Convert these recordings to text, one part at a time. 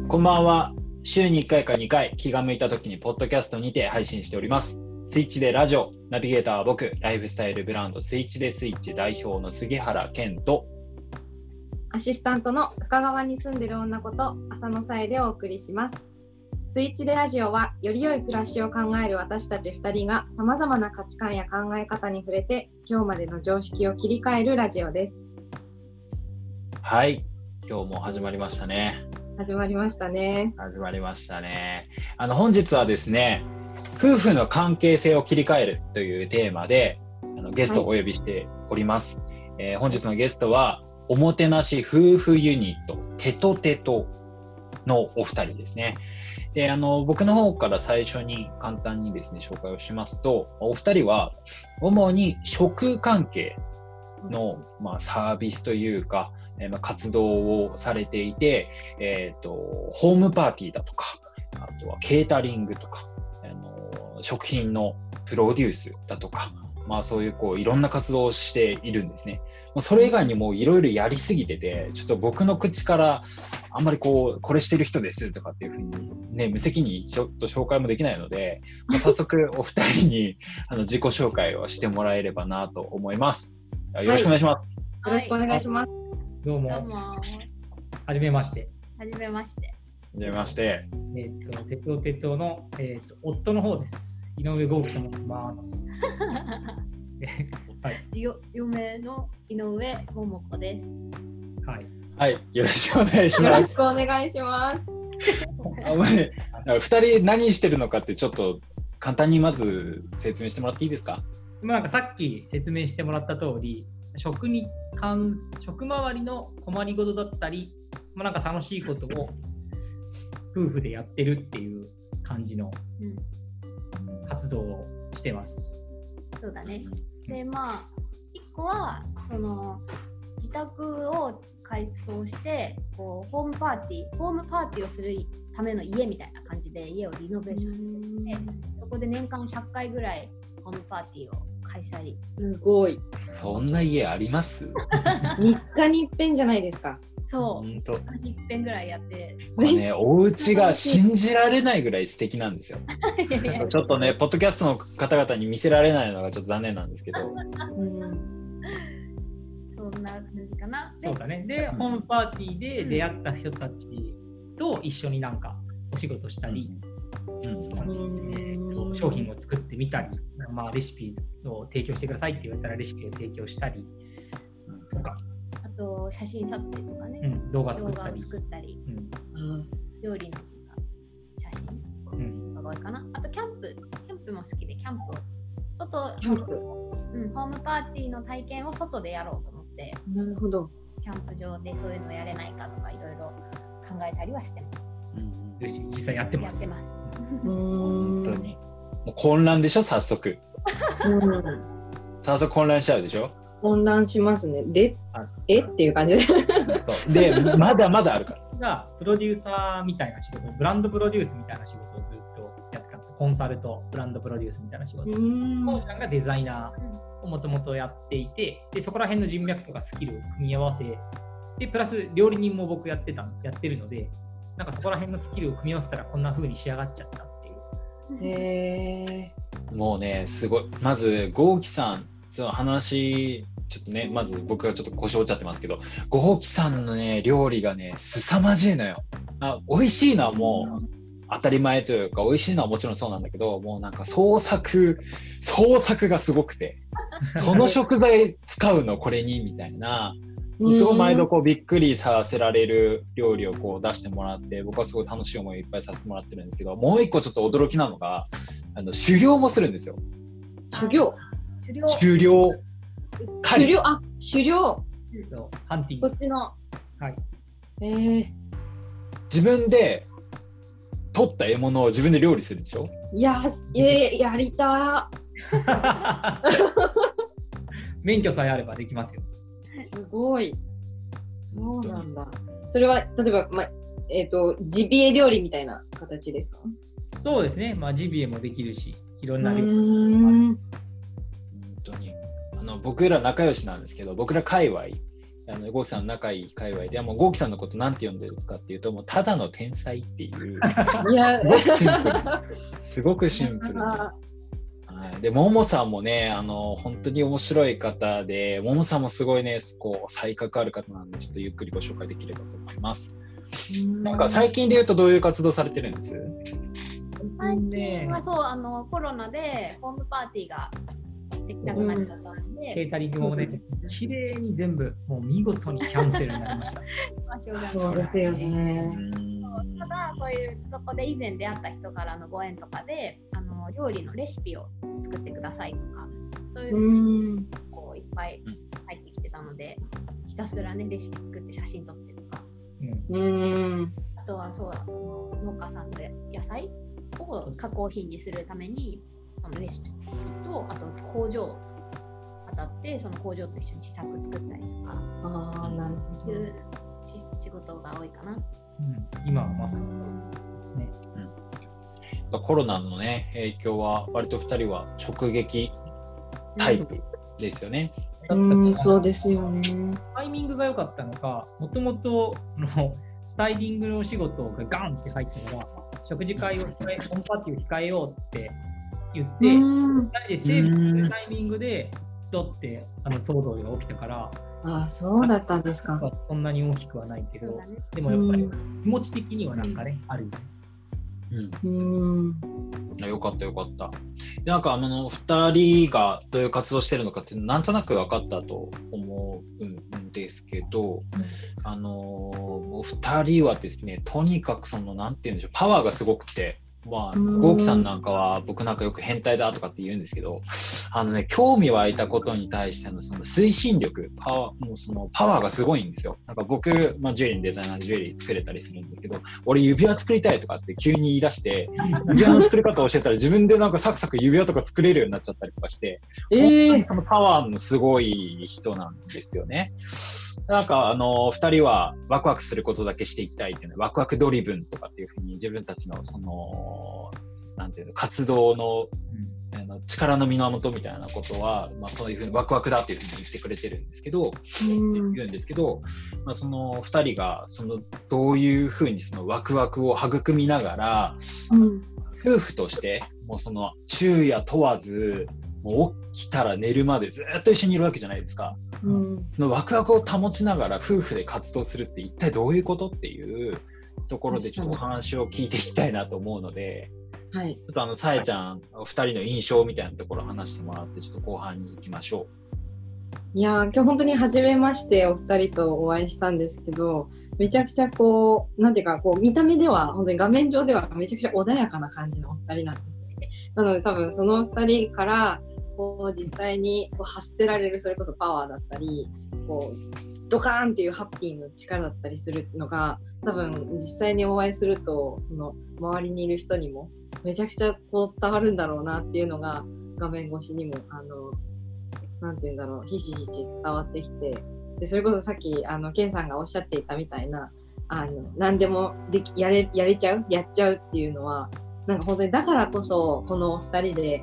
こんばんは。週に1回か2回気が向いた時にポッドキャストにて配信しております。スイッチでラジオ、ナビゲーターは僕、ライフスタイルブランドスイッチでスイッチ代表の杉原健とアシスタントの深川に住んでる女こと浅野さえでお送りします。スイッチでラジオはより良い暮らしを考える私たち2人がさまざまな価値観や考え方に触れて今日までの常識を切り替えるラジオです。 はい、今日も始まりましたね。 始まりましたね。 本日はですね、夫婦の関係性を切り替えるというテーマでゲストをお呼びしております。本日のゲストはおもてなし夫婦ユニットテトテトのお二人ですね。で、僕の方から最初に簡単にですね紹介をしますと、お二人は主に食関係の、サービスというか、活動をされていて、ホームパーティーだとか、あとはケータリングとか、食品のプロデュースだとか、そういういろんな活動をしているんですね。それ以外にもいろいろやりすぎてて、ちょっと僕の口からあんまりこれしてる人ですとかっていうふうにね、無責任にちょっと紹介もできないので、早速お二人に自己紹介をしてもらえればなと思います。よろしくお願いします。 よろしくお願いします。 どうも。はじめまして。テトテトの、夫の方です。井上豪輝と申します。 はい、嫁の井上桃子です。 はい、よろしくお願いします。 よろしくお願いします。 二人何してるのかってちょっと簡単にまず説明してもらっていいですか？ なんかさっき説明してもらった通り、食周りの困りごとだったり、なんか楽しいことを夫婦でやってるっていう感じの活動をしてます。 そうだね。で、一個はその自宅を改装してホームパーティーをするための家みたいな感じで家をリノベーションして、そこで年間100回ぐらいホームパーティーを開催。 すごい。 そんな家あります？ 3日に一遍じゃないですか。 そう。3日に一遍ぐらいやって。 お家が信じられないぐらい素敵なんですよ。ちょっとね、ポッドキャストの方々に見せられないのがちょっと残念なんですけど。 そんな感じかな。 そうだね。で、ホームパーティーで出会った人たちと一緒になんかお仕事したり、商品を作ってみたり、レシピを提供してくださいって言われたらレシピを提供したりとか、 あと写真撮影とかね、 動画作ったり、 料理の写真とかが多いかな。あとキャンプも好きで、ホームパーティーの体験を外でやろうと思って、 なるほど。 キャンプ場でそういうのやれないかとかいろいろ考えたりはしてます。 実際やってます。 本当にもう混乱でしょ、早速。混乱しちゃうでしょ。 混乱しますね。で、っていう感じで。 そうで、まだまだあるから。 プロデューサーみたいな仕事、ブランドプロデュースみたいな仕事をずっとやってたんですよ。コンサルとブランドプロデュースみたいな仕事。コウちゃんがデザイナーをもともとやっていて、でそこら辺の人脈とかスキルを組み合わせで、プラス料理人も僕やってるので、なんかそこら辺のスキルを組み合わせたらこんな風に仕上がっちゃったっていう。 もうね、すごい。まず豪輝さん、その話ちょっとね、まず僕がちょっと腰折っちゃってますけど、豪輝さんのね料理がね凄まじいのよ。美味しいのはもう当たり前というか、美味しいのはもちろんそうなんだけど、もうなんか創作がすごくて、その食材使うのこれにみたいな、すごい毎度びっくりさせられる料理を出してもらって、僕はすごい楽しい思いをいっぱいさせてもらってるんですけど、もう一個ちょっと驚きなのが修行もするんですよ。 修行そう、ハンティング。 こっちの。 はい。 自分で取った獲物を自分で料理するでしょ。 やりた免許さえあればできますよ。 すごい。そうなんだ。それは例えば、ジビエ料理みたいな形ですか？ そうですね。ジビエもできるし、いろんな料理も本当に僕ら仲良しなんですけど、僕ら界隈ゴーキさんの仲いい界隈ではもうゴーキさんのことなんて呼んでるかっていうともうただの天才っていういやすごくシンプルな。でももさんもね本当に面白い方で、ももさんもすごいねこう才覚ある方なのでちょっとゆっくりご紹介できればと思います。なんか最近で言うとどういう活動されてるんです？ 最近はそうコロナでホームパーティーができなくなっちゃったので、 ケータリングもね綺麗に全部もう見事にキャンセルになりました。 そうですよね。 ただそこで以前出会った人からのご縁とかで料理のレシピを作ってくださいとかそういうのこういっぱい入ってきてたので、ひたすらねレシピ作って写真撮ってとか、あとは農家さんで野菜を加工品にするためにそのレシピとあと工場当たってその工場と一緒に試作作ったりとか、 なるほど。 仕事が多いかな。 今はまさにそうですね。 コロナのね影響は割と2人は直撃タイプですよね。 そうですよね。 タイミングが良かったのか、もともとスタイリングのお仕事がガンって入ったから食事会をホームパーティーを控えようって言って2人でセーブするタイミングでドッて騒動が起きたから。 そうだったんですか。 そんなに大きくはないけど、でもやっぱり気持ち的にはなんかね、あるよね。 よかったよかった。なんか2人がどういう活動してるのかっていうのなんとなく分かったと思うんですけど、2人はですねとにかくなんて言うんでしょう、パワーがすごくて。ゴーキさんなんかは僕なんかよく変態だとかって言うんですけど、興味湧いたことに対してのその推進力、パワーがすごいんですよ。なんか僕、ジュエリーのデザイナーでジュエリー作れたりするんですけど、俺指輪作りたいとかって急に言い出して、指輪の作り方を教えたら自分でなんかサクサク指輪とか作れるようになっちゃったりとかして、本当にそのパワーのすごい人なんですよね。なんか2人はワクワクすることだけしていきたいっていうのワクワクドリブンとかっていうふうに自分たちのなんていうの活動の、力の源みたいなことは、そういうふうにワクワクだっていうふうに言ってくれてるんですけど、言うんですけど、その2人がどういうふうにそのワクワクを育みながら、夫婦としてもう昼夜問わずもう起きたら寝るまでずっと一緒にいるわけじゃないですか。そのワクワクを保ちながら夫婦で活動するって一体どういうことっていうところでちょっとお話を聞いていきたいなと思うので、ちょっとさえちゃんお二人の印象みたいなところを話してもらってちょっと後半に行きましょう。いや今日本当に初めましてお二人とお会いしたんですけど、めちゃくちゃなんていうか見た目では本当に画面上ではめちゃくちゃ穏やかな感じのお二人なんですよね。なので多分その二人から実際に発せられるそれこそパワーだったりドカーンっていうハッピーの力だったりするのが多分実際にお会いするとその周りにいる人にもめちゃくちゃ伝わるんだろうなっていうのが画面越しにもなんていうんだろうひしひし伝わってきて、でそれこそさっきケンさんがおっしゃっていたみたいな何でもやっちゃうっていうのはなんか本当にだからこそこのお二人で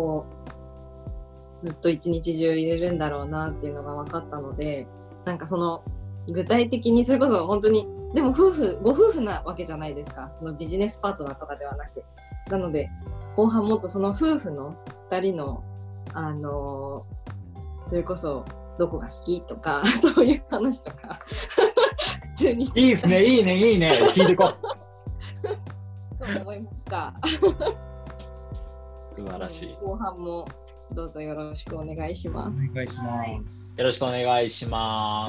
ずっと一日中入れるんだろうなっていうのが分かったので、なんか具体的にそれこそ本当にでもご夫婦なわけじゃないですか、そのビジネスパートナーとかではなく、なので後半もっとその夫婦の2人のそれこそどこが好きとかそういう話とか普通にいいですねいいね聞いてこうと思いました素晴らしい。 後半もどうぞよろしくお願いします。 お願いします。 よろしくお願いします。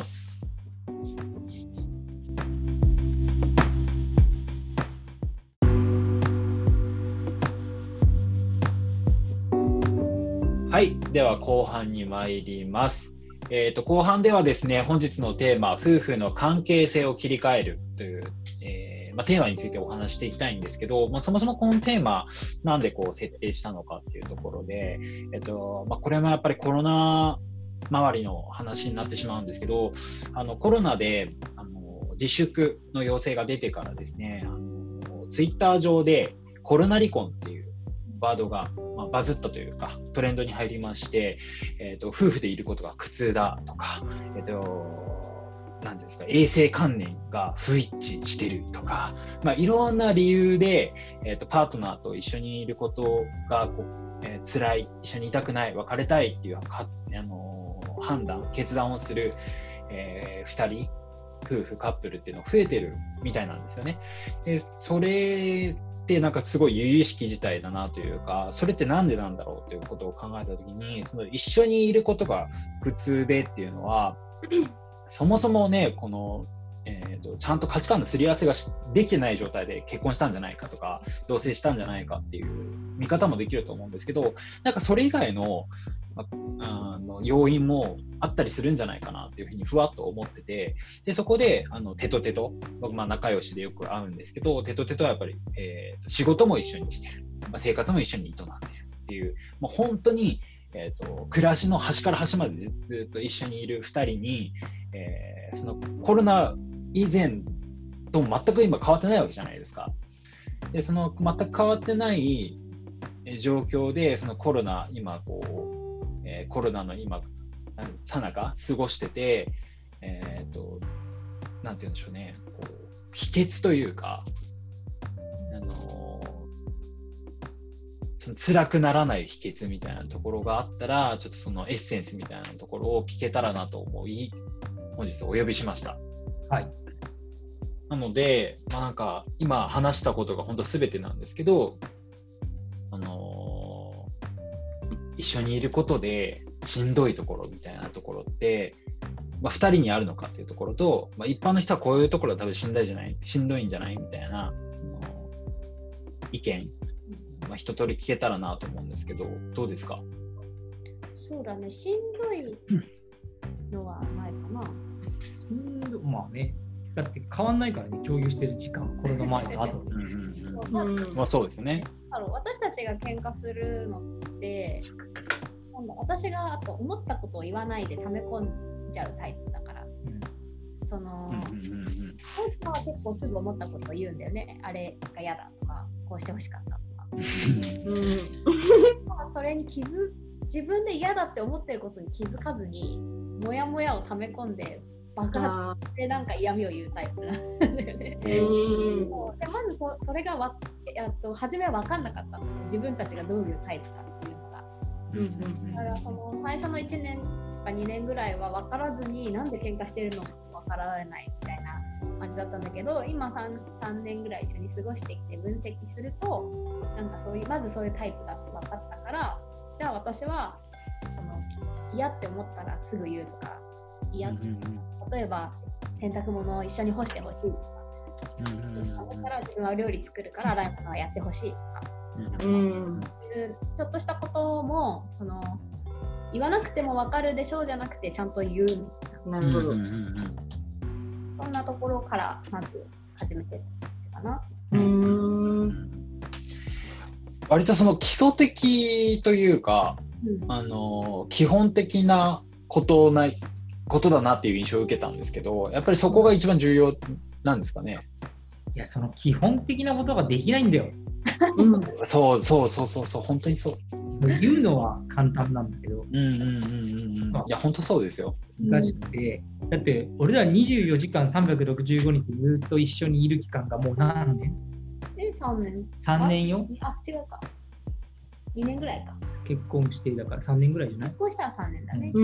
はい、では後半に参ります。後半ではですね、本日のテーマ、夫婦の関係性を切り替えるという、テーマについてお話していきたいんですけど、そもそもこのテーマ、なんで設定したのかっていうところで、これもやっぱりコロナ周りの話になってしまうんですけど、コロナで自粛の要請が出てからですね、ツイッター上でコロナ離婚っていうワードがバズったというかトレンドに入りまして、夫婦でいることが苦痛だとか、 なんですか、衛生観念が不一致してるとか、いろんな理由で、パートナーと一緒にいることが辛い、一緒にいたくない、別れたいっていう決断をする、2人、夫婦、カップルっていうのが増えてるみたいなんですよね。でそれってなんかすごい由々しき事態だなというか、それってなんでなんだろうということを考えたときに、その一緒にいることが苦痛でっていうのは、そもそもね、このちゃんと価値観のすり合わせができてない状態で結婚したんじゃないかとか、同棲したんじゃないかっていう見方もできると思うんですけど、なんかそれ以外の、要因もあったりするんじゃないかなっていうふうにふわっと思ってて、でそこで手と手と、僕仲良しでよく会うんですけど、手と手とはやっぱり、仕事も一緒にしてる、生活も一緒に営んでるっていう、もう本当に暮らしの端から端までずっと一緒にいる2人に、そのコロナ以前と全く今変わってないわけじゃないですか。でその全く変わってない状況で、そのコロナコロナの今さなか過ごしてて、なんて言うんでしょうね、秘訣というか、その辛くならない秘訣みたいなところがあったら、ちょっとそのエッセンスみたいなところを聞けたらなと思い、本日お呼びしました。 はい。 なので、なんか今話したことが本当全てなんですけど、一緒にいることでしんどいところみたいなところって、2人にあるのかっていうところと、一般の人はこういうところは多分しんどいんじゃないみたいなその意見、一通り聞けたらなと思うんですけど、どうですか？ そうだね、しんどいのはないかな。 まあね、だって変わんないからね、共有してる時間、コロナ前と後に。 そうですね。 私たちが喧嘩するのって、私があと思ったことを言わないで溜め込んじゃうタイプだから、その、本当は結構すぐ思ったことを言うんだよね。あれが嫌だとか、こうしてほしかったとか。それに自分で嫌だって思ってることに気づかずに、もやもやを溜め込んで、爆発でなんか嫌味を言うタイプなんだよね。でまずそれが初めは分かんなかったんですよ。自分たちがどういうタイプかっていうのが。だからその最初の1年とか2年ぐらいは分からずに、なんで喧嘩してるのか分からないみたいな感じだったんだけど、今 3年ぐらい一緒に過ごしてきて分析すると、なんかまずそういうタイプだって分かったから、じゃあ私はその嫌って思ったらすぐ言うとか、例えば洗濯物を一緒に干してほしいとか、だから自分は料理作るから洗い物はやってほしいとか、ちょっとしたことも言わなくても分かるでしょうじゃなくて、ちゃんと言うみたいな。なるほど。そんなところからまず始めてるかな。 割とその基礎的というか、基本的なことだなっていう印象を受けたんですけど、やっぱりそこが一番重要なんですかね。 いや、その基本的なことができないんだよ。 そう本当にそう。 言うのは簡単なんだけど、 いや本当そうですよ。 難しくて、だって俺ら24時間365日ずっと一緒にいる期間がもう何年 ？3年。 3年よ。 あ、違うか。2年ぐらいか。 結婚してだから3年ぐらいじゃない？ 結婚したら3年だね。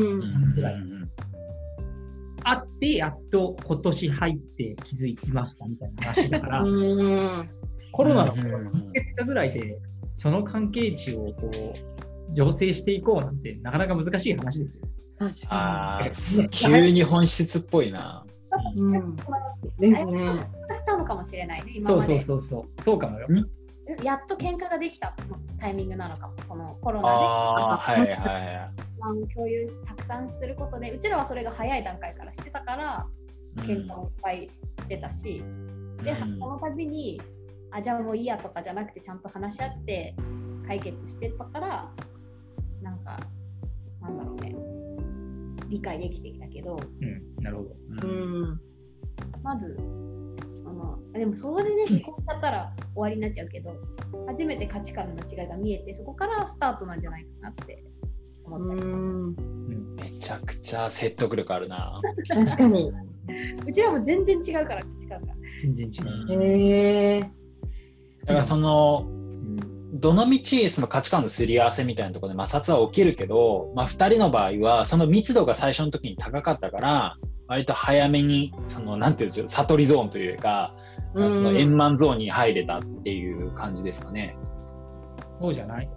会ってやっと今年入って気づきましたみたいな話だからコロナの1月かぐらいでその関係値を醸成していこうなんてなかなか難しい話ですよ。 確かに急に本質っぽいな。 ですね。 したのかもしれないね。 今までそうかもよ。 やっと喧嘩ができたタイミングなのかも、このコロナで。共有たくさんすることで、うちらはそれが早い段階からしてたから喧嘩をいっぱいしてたし、でその度にじゃあもういいやとかじゃなくて、ちゃんと話し合って解決してたから、なんだろうね、理解できてきたけど、 なるほど。 まずでもそれでね、離婚しちゃったら終わりになっちゃうけど、初めて価値観の違いが見えて、そこからスタートなんじゃないかなって思ったり。 めちゃくちゃ説得力あるな。 確かに。 うちらも全然違うから価値観が。 全然違う。 だからその、どの道その価値観のすり合わせみたいなところで摩擦は起きるけど、2人の場合はその密度が最初の時に高かったから割と早めにそのなんていうんでしょう、悟りゾーンというか、その円満ゾーンに入れたっていう感じですかね。 そうじゃない？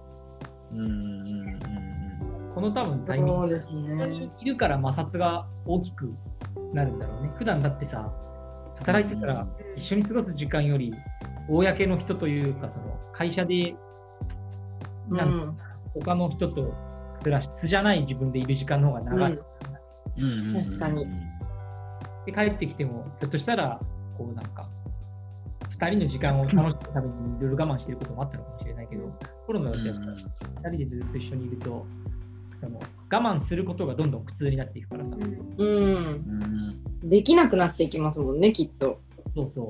この多分タイミングにいるから摩擦が大きくなるんだろうね。普段だってさ、働いてたら一緒に過ごす時間より公の人というか、その会社で他の人と暮らし素じゃない自分でいる時間の方が長い。 確かに。 で帰ってきてもひょっとしたらこうなんか2人の時間を楽しむためにいろいろ我慢していることもあったのかもしれないけど、コロナだってやっぱ2人でずっと一緒にいるとその我慢することがどんどん苦痛になっていくからさ、 できなくなっていきますもんね、きっと。 そうそう。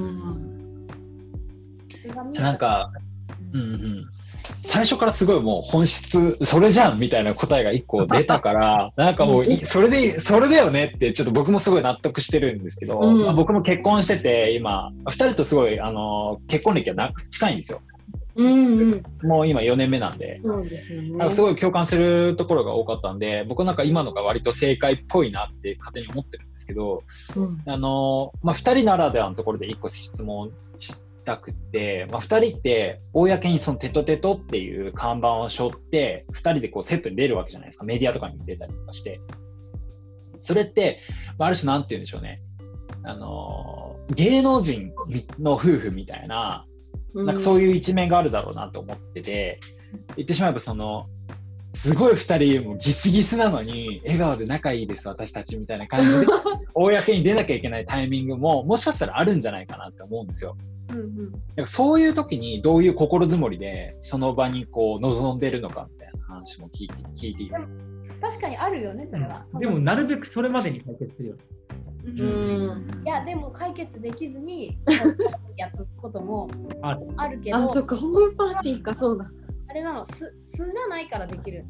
なんか、最初からすごいもう本質それじゃんみたいな答えが1個出たからなんかもうそれだよねってちょっと僕もすごい納得してるんですけど、僕も結婚してて今2人とすごい結婚歴が近いんですよ。もう今4年目なんで、 そうですよね、 なんかすごい共感するところが多かったんで、僕なんか今のが割と正解っぽいなって勝手に思ってるんですけど、2人ならではのところで1個質問したくて、2人って公にそのテトテトっていう看板を背負って2人でこうセットに出るわけじゃないですか。メディアとかに出たりとかして、それってある種なんて言うんでしょうね、芸能人の夫婦みたいな、なんかそういう一面があるだろうなと思ってて、言ってしまえばそのすごい2人もギスギスなのに笑顔で仲いいです私たちみたいな感じで公に出なきゃいけないタイミングももしかしたらあるんじゃないかなって思うんですよ。だからそういう時にどういう心づもりでその場にこう臨んでるのかみたいな話も聞いていいですか？ 確かにあるよね、それは。 でもなるべくそれまでに解決するよ。 いやでも解決できずにやることもあるけど、 そっか、ホームパーティーか、そうだ。 あれなの、素じゃないからできる。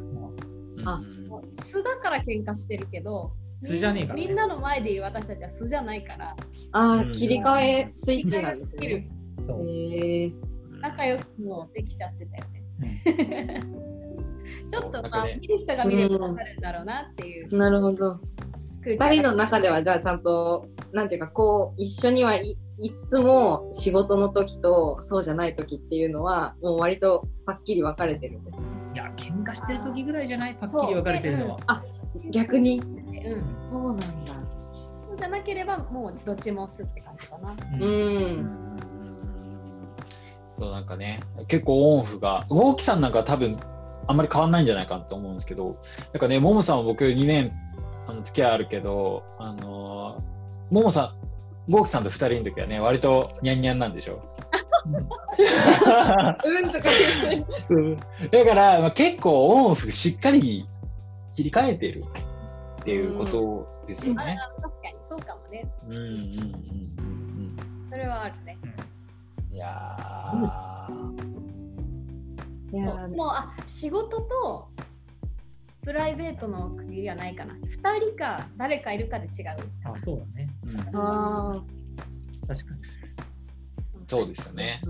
素だから喧嘩してるけど、 素じゃねえから、ね、 みんなの前でいる私たちは素じゃないから。 切り替えスイッチなんですね。 仲良くもできちゃってたよね。ちょっと見る人が見れば分かるんだろうなっていう。 なるほど。2人の中ではじゃあちゃんとなんていうかこう一緒にはいつつも仕事の時とそうじゃない時っていうのはもう割とパッキリ分かれてるんですね。 いや喧嘩してる時ぐらいじゃない、パッキリ分かれてるのは。 逆に、そうなんだ。 そうじゃなければもうどっちもすって感じかな。 そうなんかね、結構オンオフがゴーキさんなんか多分あんまり変わんないんじゃないかなと思うんですけど、なんかね、ももさんは僕2年付き合いあるけど、ももさん、ゴーキさんと2人の時はね、割とニャンニャンなんでしょ。だから、結構オンオフしっかり切り替えてるっていうことですよね。 確かにそうかもね。それはあるね。 いやもう仕事とプライベートの区切りはないかな。2人か誰かいるかで違う。 そうだね。確かに。 そうですよね。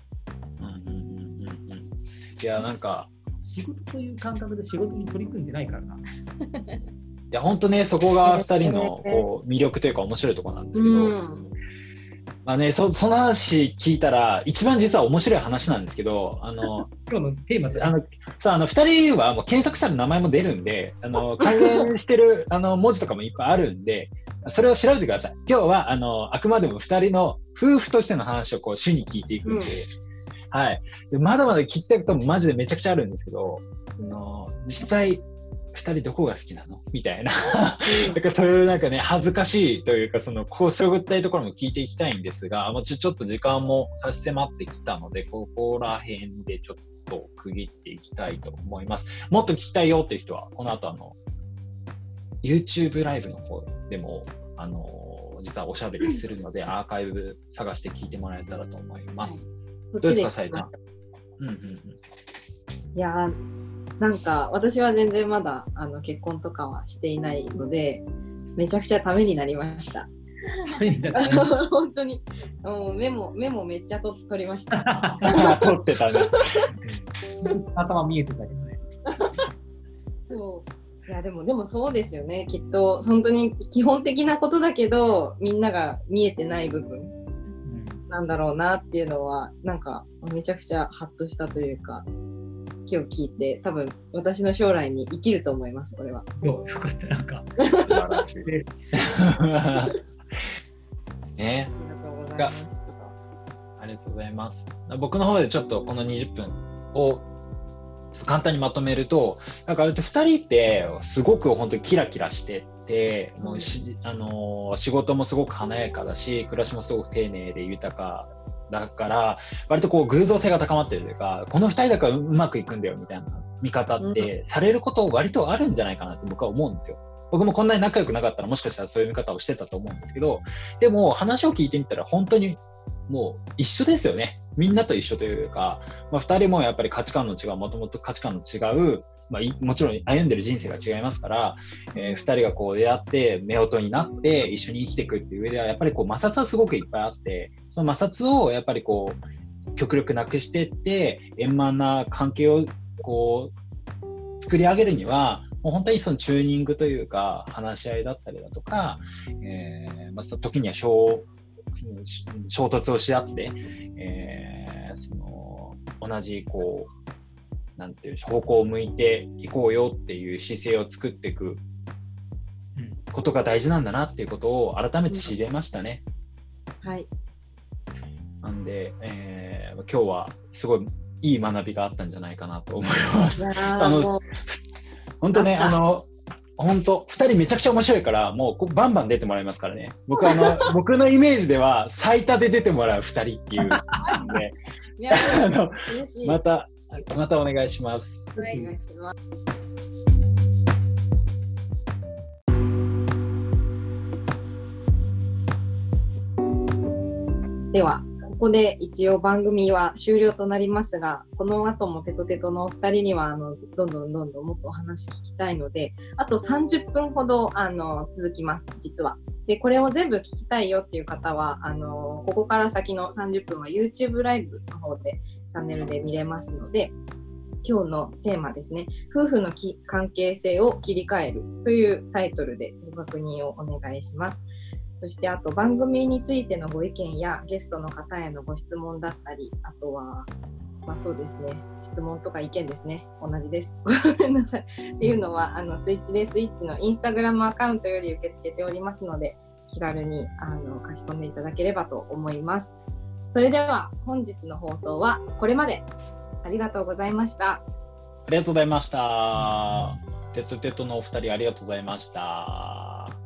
いやなんか仕事という感覚で仕事に取り組んでないからな。いや本当ね、そこが2人のこう魅力というか面白いところなんですけど。その話聞いたら一番実は面白い話なんですけど、 今日のテーマで 2人はもう検索したら名前も出るんで、関連してる文字とかもいっぱいあるんで、それを調べてください。今日はあくまでも2人の夫婦としての話をこう主に聞いていくんで、はい。でまだまだ聞きたいこともマジでめちゃくちゃあるんですけど、実際2人どこが好きなのみたいなだからそういうなんかね恥ずかしいというかその交渉ぐったいところも聞いていきたいんですが、もうちょっと時間も差し迫ってきたのでここら辺でちょっと区切っていきたいと思います。もっと聞きたいよっていう人はこの後YouTube ライブの方でも実はおしゃべりするのでアーカイブ探して聞いてもらえたらと思います。どうですか、さえちゃん。 いやなんか私は全然まだ結婚とかはしていないのでめちゃくちゃためになりました。本当にメモめっちゃ取りました。 取ってたね。 頭見えてたけどね。 そう。いやでもそうですよね。きっと本当に基本的なことだけどみんなが見えてない部分なんだろうなっていうのはなんかめちゃくちゃハッとしたというか、今日聞いて多分私の将来に生きると思います。これは。 よかった。なんか素晴らしいです。ね。ありがとうございます。僕の方でちょっとこの20分を簡単にまとめると、なんか2人ってすごく本当にキラキラしてて、もう仕事もすごく華やかだし、暮らしもすごく丁寧で豊かだから、割とこう偶像性が高まってるというか、この2人だからうまくいくんだよみたいな見方ってされること割とあるんじゃないかなって僕は思うんですよ。僕もこんなに仲良くなかったらもしかしたらそういう見方をしてたと思うんですけど、でも話を聞いてみたら本当にもう一緒ですよね。みんなと一緒というか、2人もやっぱり価値観の違う、もともと価値観の違う、もちろん歩んでる人生が違いますから、2人がこう出会って夫婦になって一緒に生きていくっていう上ではやっぱりこう摩擦はすごくいっぱいあって、その摩擦をやっぱりこう極力なくしていって円満な関係をこう作り上げるには、もう本当にそのチューニングというか話し合いだったりだとか、時には衝突をし合って、その同じこうなんていう方向を向いていこうよっていう姿勢を作っていくことが大事なんだなっていうことを改めて知れましたね。 はい。 なんで、今日はすごいいい学びがあったんじゃないかなと思います。本当ね、本当2人めちゃくちゃ面白いからもうバンバン出てもらいますからね。僕のイメージでは最多で出てもらう2人っていう感じでまたお願いします。 お願いします。ではここで一応番組は終了となりますが、この後もテトテトのお二人にはどんどんもっとお話聞きたいので、あと30分ほど続きます実は。でこれを全部聞きたいよっていう方はここから先の30分は YouTube ライブの方でチャンネルで見れますので、今日のテーマですね、夫婦の関係性を切り替えるというタイトルでご確認をお願いします。そしてあと番組についてのご意見やゲストの方へのご質問だったり、あとはそうですね、質問とか意見ですね、同じですごめんなさいっていうのはスイッチでスイッチのインスタグラムアカウントより受け付けておりますので、気軽に書き込んでいただければと思います。それでは本日の放送はこれまで。ありがとうございました。 ありがとうございました。テトテトのお二人ありがとうございました。